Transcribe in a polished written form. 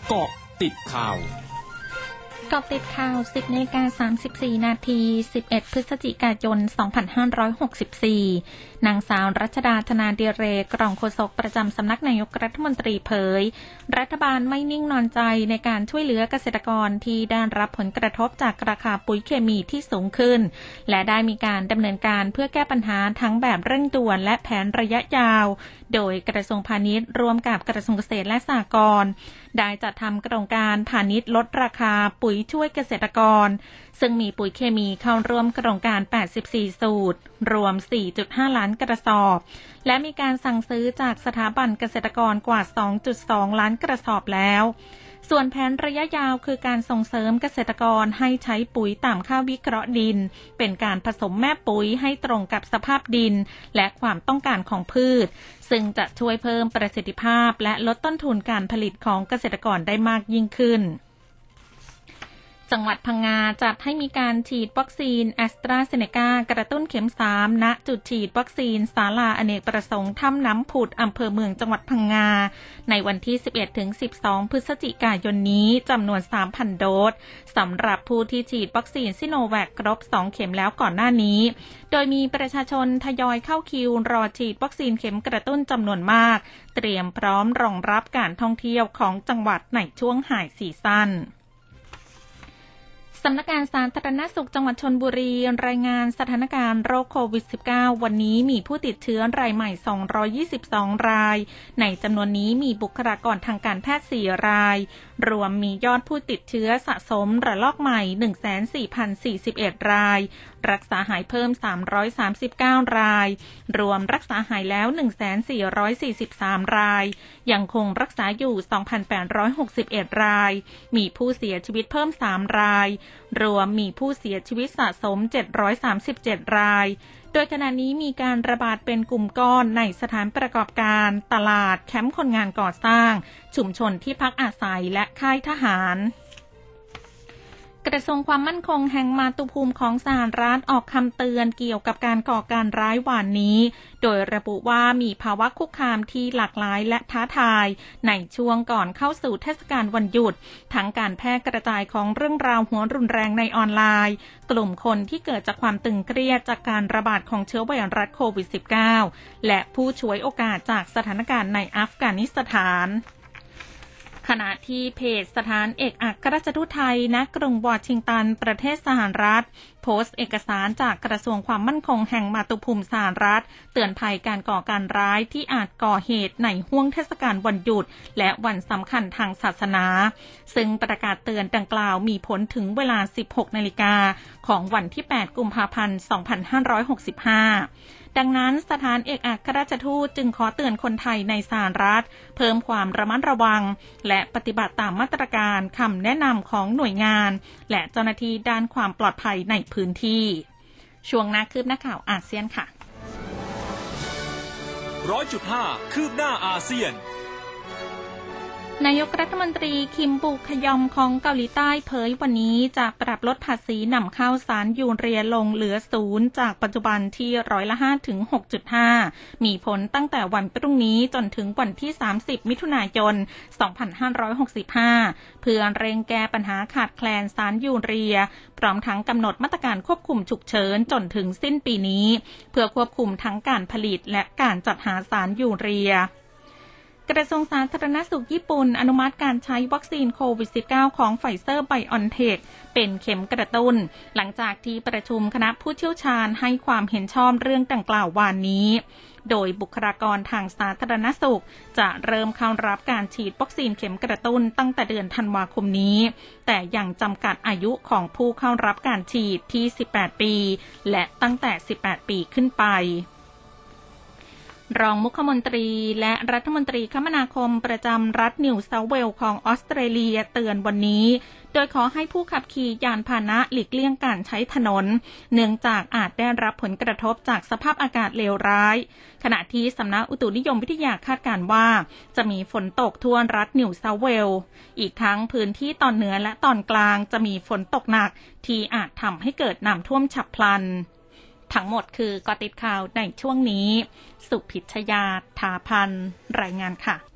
เกาะติดข่าวเกาะติดข่าว 10:34 นาที 11 พฤศจิกายน 2564 นางสาวรัชดา ธนาดิเรก รองโฆษกประจำสำนักนายกรัฐมนตรีเผยรัฐบาลไม่นิ่งนอนใจในการช่วยเหลือเกษตรกรที่ได้รับผลกระทบจากราคาปุ๋ยเคมีที่สูงขึ้นและได้มีการดำเนินการเพื่อแก้ปัญหาทั้งแบบเร่งด่วนและแผนระยะยาวโดยกระทรวงพาณิชย์ร่วมกับกระทรวงเกษตรและสหกรณ์ได้จัดทำโครงการพาณิชย์ลดราคาปุ๋ยช่วยเกษตรกรซึ่งมีปุ๋ยเคมีเข้าร่วมโครงการ84สูตรรวม 4.5 ล้านกระสอบและมีการสั่งซื้อจากสถาบันเกษตรกรกว่า 2.2 ล้านกระสอบแล้วส่วนแผนระยะยาวคือการส่งเสริมเกษตรกรให้ใช้ปุ๋ยตามค่าวิเคราะห์ดินเป็นการผสมแม่ปุ๋ยให้ตรงกับสภาพดินและความต้องการของพืชซึ่งจะช่วยเพิ่มประสิทธิภาพและลดต้นทุนการผลิตของเกษตรกรได้มากยิ่งขึ้นจังหวัดพังงาจัดให้มีการฉีดวัคซีนแอสตราเซเนกากระตุ้นเข็ม 3 ณ จุดฉีดวัคซีนศาลาอเนกประสงค์ถ้ำน้ำผุดอำเภอเมืองจังหวัดพังงาในวันที่ 11-12 พฤศจิกายนนี้จำนวน 3,000 โดสสำหรับผู้ที่ฉีดวัคซีนซิโนแวคครบ 2 เข็มแล้วก่อนหน้านี้โดยมีประชาชนทยอยเข้าคิวรอฉีดวัคซีนเข็มกระตุ้นจำนวนมากเตรียมพร้อมรองรับการท่องเที่ยวของจังหวัดในช่วงไฮซีซั่นสำนักงานสาธารณสุขจังหวัดชลบุรีรายงานสถานการณ์โรคโควิด -19 วันนี้มีผู้ติดเชื้อรายใหม่222รายในจำนวนนี้มีบุคลากรทางการแพทย์4รายรวมมียอดผู้ติดเชื้อสะสมระลอกใหม่ 14,041 รายรักษาหายเพิ่ม339รายรวมรักษาหายแล้ว 1,443 รายยังคงรักษาอยู่ 2,861 รายมีผู้เสียชีวิตเพิ่ม3รายรวมมีผู้เสียชีวิตสะสม737รายโดยขณะนี้มีการระบาดเป็นกลุ่มก้อนในสถานประกอบการตลาดแคมป์คนงานก่อสร้างชุมชนที่พักอาศัยและค่ายทหารกระทรวงความมั่นคงแห่งมาตุภูมิของสหรัฐออกคำเตือนเกี่ยวกับการก่อการร้ายวานนี้โดยระบุว่ามีภาวะคุกคามที่หลากหลายและท้าทายในช่วงก่อนเข้าสู่เทศกาลวันหยุดทั้งการแพร่กระจายของเรื่องราวหัวรุนแรงในออนไลน์กลุ่มคนที่เกิดจากความตึงเครียดจากการระบาดของเชื้อไวรัสโควิด -19 และผู้ฉวยโอกาสจากสถานการณ์ในอัฟกานิสถานขณะที่เพจสถานเอกอัครราชทูตไทยณกรุงวอชิงตันประเทศสหรัฐโพสต์เอกสารจากกระทรวงความมั่นคงแห่งมาตุภูมิสหรัฐเตือนภัยการก่อการร้ายที่อาจก่อเหตุในห้วงเทศกาลวันหยุดและวันสำคัญทางศาสนาซึ่งประกาศเตือนดังกล่าวมีผลถึงเวลา 16 นาฬิกาของวันที่ 8 กุมภาพันธ์ 2565ดังนั้นสถานเอกอัครราชทูตจึงขอเตือนคนไทยในสหรัฐเพิ่มความระมัดระวังและปฏิบัติตามมาตรการคำแนะนำของหน่วยงานและเจ้าหน้าที่ด้านความปลอดภัยในพื้นที่ช่วงหน้าคืบหน้าข่าวอาเซียนค่ะ 100.5 คืบหน้าอาเซียนนายกรัฐมนตรีคิมบุคยอมของเกาหลีใต้เผยวันนี้จะปรับลดภาษีนำเข้าสารยูเรียลงเหลือ0จากปัจจุบันที่5%ถึง 6.5 มีผลตั้งแต่วันพรุ่งนี้จนถึงวันที่30มิถุนายน2565เพื่อเร่งแก้ปัญหาขาดแคลนสารยูเรียพร้อมทั้งกำหนดมาตรการควบคุมฉุกเฉินจนถึงสิ้นปีนี้เพื่อควบคุมทั้งการผลิตและการจัดหาสารยูเรียกระทรวงสาธารณสุขญี่ปุ่นอนุมัติการใช้วัคซีนโควิด -19 ของไฟเซอร์ไบออนเทคเป็นเข็มกระตุ้นหลังจากที่ประชุมคณะผู้เชี่ยวชาญให้ความเห็นชอบเรื่องดังกล่าววานนี้โดยบุคลากรทางสาธารณสุขจะเริ่มเข้ารับการฉีดวัคซีนเข็มกระตุ้นตั้งแต่เดือนธันวาคมนี้แต่ยังจำกัดอายุของผู้เข้ารับการฉีดที่18ปีและตั้งแต่18ปีขึ้นไปรองมุขมนตรีและรัฐมนตรีคมนาคมประจำรัฐนิวเซาท์เวลส์ของออสเตรเลียเตือนวันนี้โดยขอให้ผู้ขับขี่ยานพาหนะหลีกเลี่ยงการใช้ถนนเนื่องจากอาจได้รับผลกระทบจากสภาพอากาศเลวร้ายขณะที่สำนักอุตุนิยมวิทยาคาดการณ์ว่าจะมีฝนตกทั่วรัฐนิวเซาท์เวลส์อีกทั้งพื้นที่ตอนเหนือและตอนกลางจะมีฝนตกหนักที่อาจทำให้เกิดน้ำท่วมฉับพลันทั้งหมดคือเกาะติดข่าวในช่วงนี้สุพิชยา ถาพันรายงานค่ะ